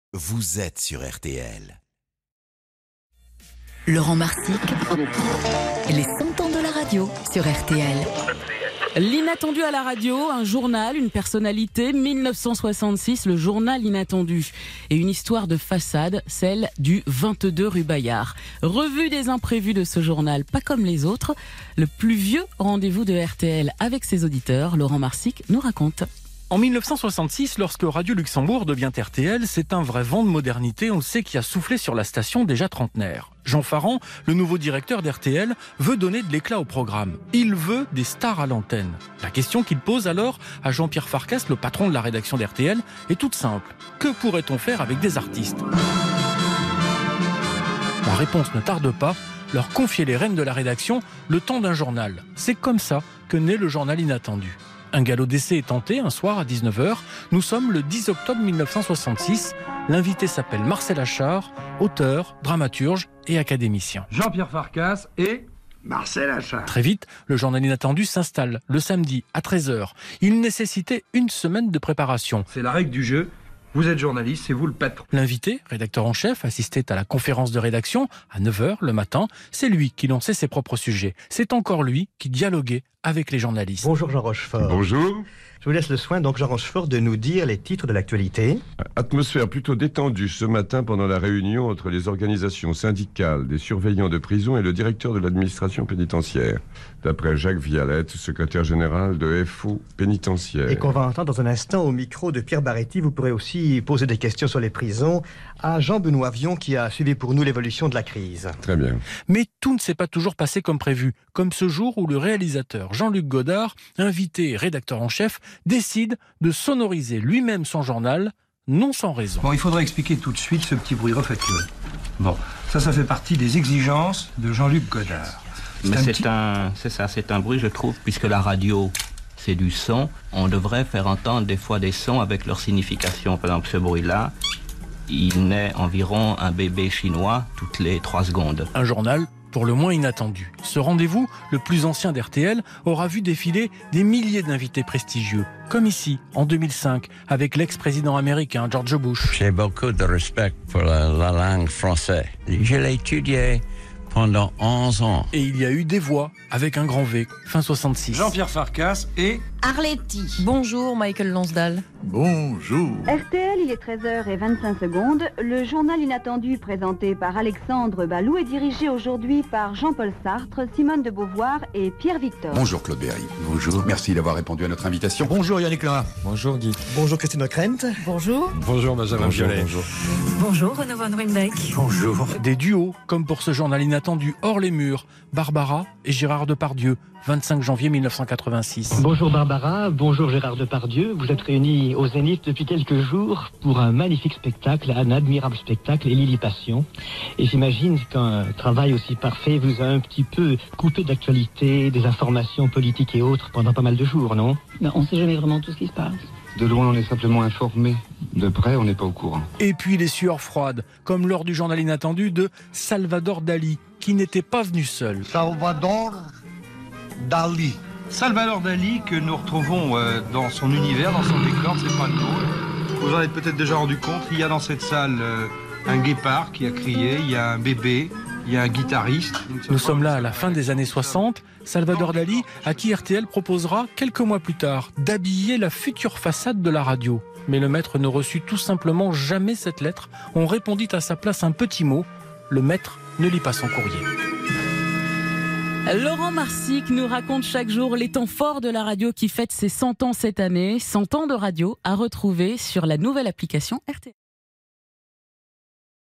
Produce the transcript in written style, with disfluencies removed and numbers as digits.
Vous êtes sur RTL. Laurent Marsic, les 100 ans de la radio sur RTL. L'inattendu à la radio, un journal, une personnalité, 1966, le journal inattendu. Et une histoire de façade, celle du 22 rue Bayard. Revue des imprévus de ce journal, pas comme les autres. Le plus vieux rendez-vous de RTL avec ses auditeurs, Laurent Marsic nous raconte. En 1966, lorsque Radio Luxembourg devient RTL, c'est un vrai vent de modernité, on le sait, qui a soufflé sur la station déjà trentenaire. Jean Farand, le nouveau directeur d'RTL, veut donner de l'éclat au programme. Il veut des stars à l'antenne. La question qu'il pose alors à Jean-Pierre Farkas, le patron de la rédaction d'RTL, est toute simple. Que pourrait-on faire avec des artistes ? La réponse ne tarde pas, leur confier les rênes de la rédaction le temps d'un journal. C'est comme ça que naît le journal inattendu. Un galop d'essai est tenté un soir à 19h. Nous sommes le 10 octobre 1966. L'invité s'appelle Marcel Achard, auteur, dramaturge et académicien. Jean-Pierre Farkas et Marcel Achard. Très vite, le journal inattendu s'installe le samedi à 13h. Il nécessitait une semaine de préparation. C'est la règle du jeu. Vous êtes journaliste, c'est vous le patron. L'invité, rédacteur en chef, assistait à la conférence de rédaction à 9h le matin. C'est lui qui lançait ses propres sujets. C'est encore lui qui dialoguait avec les journalistes. Bonjour Jean Rochefort. Bonjour. Je vous laisse le soin, donc Jean Rochefort, de nous dire les titres de l'actualité. Atmosphère plutôt détendue ce matin pendant la réunion entre les organisations syndicales des surveillants de prison et le directeur de l'administration pénitentiaire, d'après Jacques Vialette, secrétaire général de FO pénitentiaire. Et qu'on va entendre dans un instant au micro de Pierre Barretti. Vous pourrez aussi poser des questions sur les prisons à Jean-Benoît Vion qui a suivi pour nous l'évolution de la crise. Très bien. Mais tout ne s'est pas toujours passé comme prévu, comme ce jour où le réalisateur Jean-Luc Godard, invité et rédacteur en chef, décide de sonoriser lui-même son journal, non sans raison. Bon, il faudrait expliquer tout de suite ce petit bruit refactueux. Bon, ça fait partie des exigences de Jean-Luc Godard. Mais c'est un bruit, je trouve, puisque la radio, c'est du son. On devrait faire entendre des fois des sons avec leur signification. Par exemple, ce bruit-là, il naît environ un bébé chinois toutes les 3 secondes. Un journal pour le moins inattendu. Ce rendez-vous, le plus ancien d'RTL, aura vu défiler des milliers d'invités prestigieux, comme ici, en 2005, avec l'ex-président américain George Bush. J'ai beaucoup de respect pour la langue française. Je l'ai étudiée pendant 11 ans. Et il y a eu des voix, avec un grand V, fin 66. Jean-Pierre Farkas et Arletty. Bonjour Michael Lonsdal. Bonjour. RTL, il est 13h25. Le journal inattendu présenté par Alexandre Balou est dirigé aujourd'hui par Jean-Paul Sartre, Simone de Beauvoir et Pierre Victor. Bonjour Claude Berry. Bonjour. Merci d'avoir répondu à notre invitation. bonjour Yannick Lerat. Bonjour Guy. Bonjour Christine Ockrent. Bonjour. Bonjour Benjamin Violet. Bonjour Renaud Von Rimbeck. Bonjour. Des duos, comme pour ce journal inattendu, hors les murs, Barbara et Gérard Depardieu, 25 janvier 1986. Bonjour Barbara, bonjour Gérard Depardieu. Vous êtes réunis au Zénith depuis quelques jours pour un magnifique spectacle, un admirable spectacle, Lily Passion. Et j'imagine qu'un travail aussi parfait vous a un petit peu coupé d'actualité, des informations politiques et autres pendant pas mal de jours, non ? On ne sait jamais vraiment tout ce qui se passe. De loin, on est simplement informé. De près, on n'est pas au courant. Et puis les sueurs froides, comme lors du journal inattendu de Salvador Dali, qui n'était pas venu seul. Salvador Dali. Salvador Dali, que nous retrouvons dans son univers, dans son décor, c'est pas le nôtre. Vous en êtes peut-être déjà rendu compte, il y a dans cette salle un guépard qui a crié, il y a un bébé, il y a un guitariste. Nous sommes là à la fin des années 60. Salvador Dali, à qui RTL proposera, quelques mois plus tard, d'habiller la future façade de la radio. Mais le maître ne reçut tout simplement jamais cette lettre. On répondit à sa place un petit mot. Le maître ne lit pas son courrier. Laurent Marsic nous raconte chaque jour les temps forts de la radio qui fête ses 100 ans cette année. 100 ans de radio à retrouver sur la nouvelle application RTL.